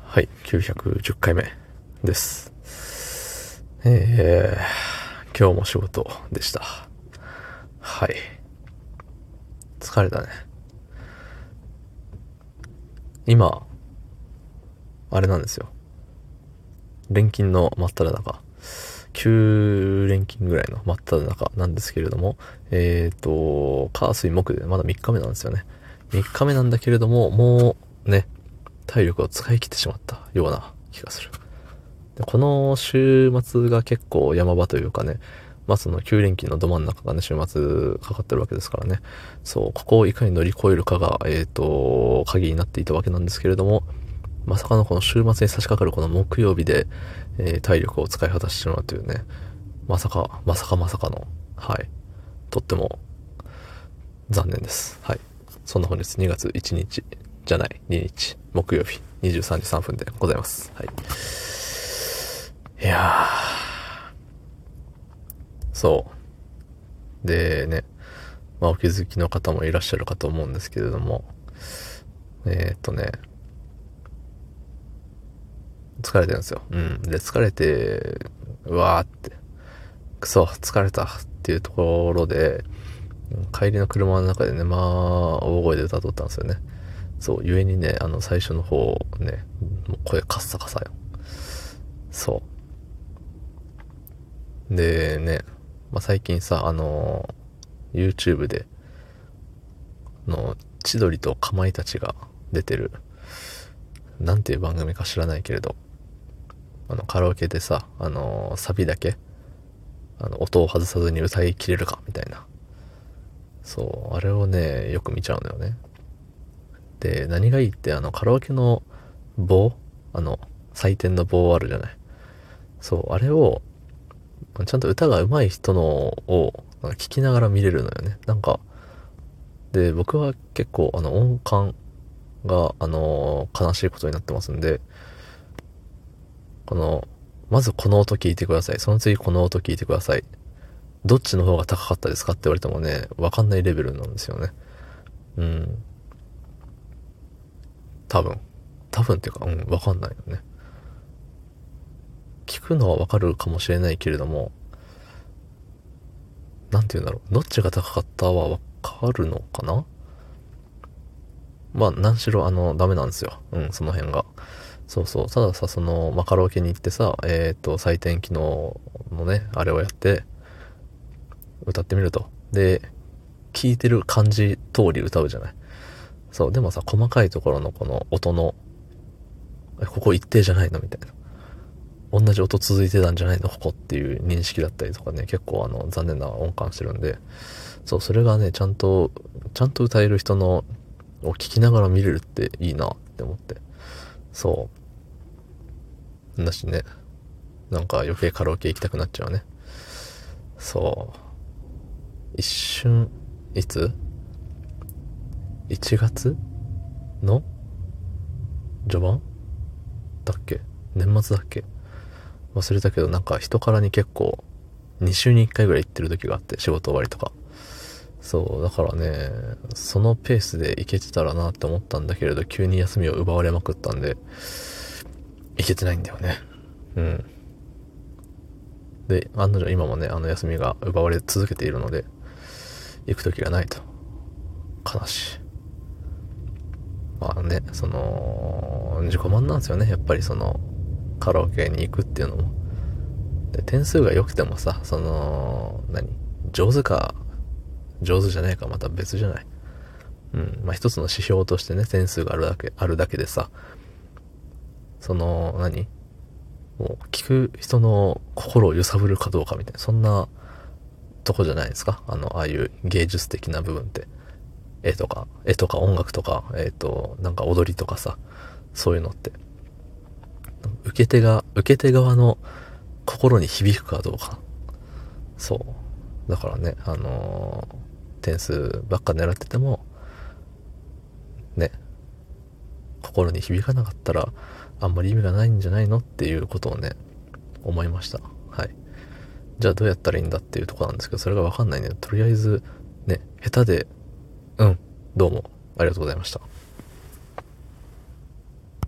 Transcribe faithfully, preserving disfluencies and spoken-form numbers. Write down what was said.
はい、きゅうひゃくじゅっかいめです。えー、今日も仕事でした。はい。疲れたね。今、あれなんですよ。連勤の真っ只中。きゅう連勤ぐらいの真っ只中なんですけれども、えーと、火水木でまだみっかめなんですよね。みっかめなんだけれども、もうね、体力を使い切ってしまったような気がする。でこの週末が結構山場というかね、まあそのきゅう連勤のど真ん中がね、週末かかってるわけですからね。そう、ここをいかに乗り越えるかが、えっと、鍵になっていたわけなんですけれども、まさかのこの週末に差し掛かるこの木曜日で、えー体力を使い果たしてしまうというね、まさか、まさかまさかの、はい、とっても残念です。はい。そんな本日にがついちにち、じゃない、ににち、木曜日、にじゅうさんじさんぷんでございます。はい。いやー、そう。でね、まあお気づきの方もいらっしゃるかと思うんですけれども、えー、っとね、疲れてるんですよ。うん。で、疲れて、うわーって、くそ、疲れたっていうところで、帰りの車の中でね、まあ、大声で歌っとったんですよね。そう、ゆえにね、あの、最初の方、ね、もう声カッサカサよ。そう。でね、まあ、最近さ、あの、YouTube で、あの、千鳥とかまいたちが出てる、なんていう番組か知らないけれど、あの、カラオケでさ、あの、サビだけ、あの、音を外さずに歌い切れるか、みたいな。そう、あれをね、よく見ちゃうのよね。で、何がいいって、あの、カラオケの棒あの、採点の棒あるじゃない。そう、あれを、ちゃんと歌が上手い人のを聞きながら見れるのよね。なんか、で、僕は結構、あの、音感が、あの、悲しいことになってますんで、この、まずこの音聞いてください。その次この音聞いてください。どっちの方が高かったですかって言われてもね、わかんないレベルなんですよね。うん。多分。多分っていうか、うん、わかんないよね。聞くのはわかるかもしれないけれども、なんて言うんだろう。どっちが高かったはわかるのかな。まあ、何しろ、あの、ダメなんですよ。うん、その辺が。そうそう。たださ、その、まあ、カラオケに行ってさ、えっと、採点機能のね、あれをやって、歌ってみると。で、聞いてる感じ通り歌うじゃない。そう。でもさ、細かいところのこの音の、ここ一定じゃないのみたいな。同じ音続いてたんじゃないのここっていう認識だったりとかね、結構あの、残念な音感してるんで、そう、それがね、ちゃんと、ちゃんと歌える人のを聞きながら見れるっていいなって思って。そう。だしね、なんか余計カラオケ行きたくなっちゃうね。そう。一瞬、いつ ?いち 月の序盤だっけ、年末だっけ、忘れたけど、なんか人からに結構に週にいっかいぐらい行ってる時があって、仕事終わりとか。そう、だからね、そのペースで行けてたらなって思ったんだけれど、急に休みを奪われまくったんで、行けてないんだよね。うん。で、案の定今もね、あの休みが奪われ続けているので、行く時がないと。悲しい。まあね、その、自己満なんですよね。やっぱりその、カラオケに行くっていうのも。で、点数が良くてもさ、その、何上手か、上手じゃないかまた別じゃない。うん。まあ一つの指標としてね、点数があるだけ、あるだけでさ、その、何もう聞く人の心を揺さぶるかどうかみたいな、そんなとこじゃないですか。あの、ああいう芸術的な部分って。絵とか、絵とか音楽とか、えっと、なんか踊りとかさ、そういうのって。受け手が、受け手側の心に響くかどうか。そう。だからね、あのー点数ばっか狙ってても、ね、心に響かなかったら、あんまり意味がないんじゃないのっていうことをね、思いました。はい。じゃあどうやったらいいんだっていうところなんですけど、それがわかんないね。とりあえず、ね、下手で、うん、どうも、ありがとうございました。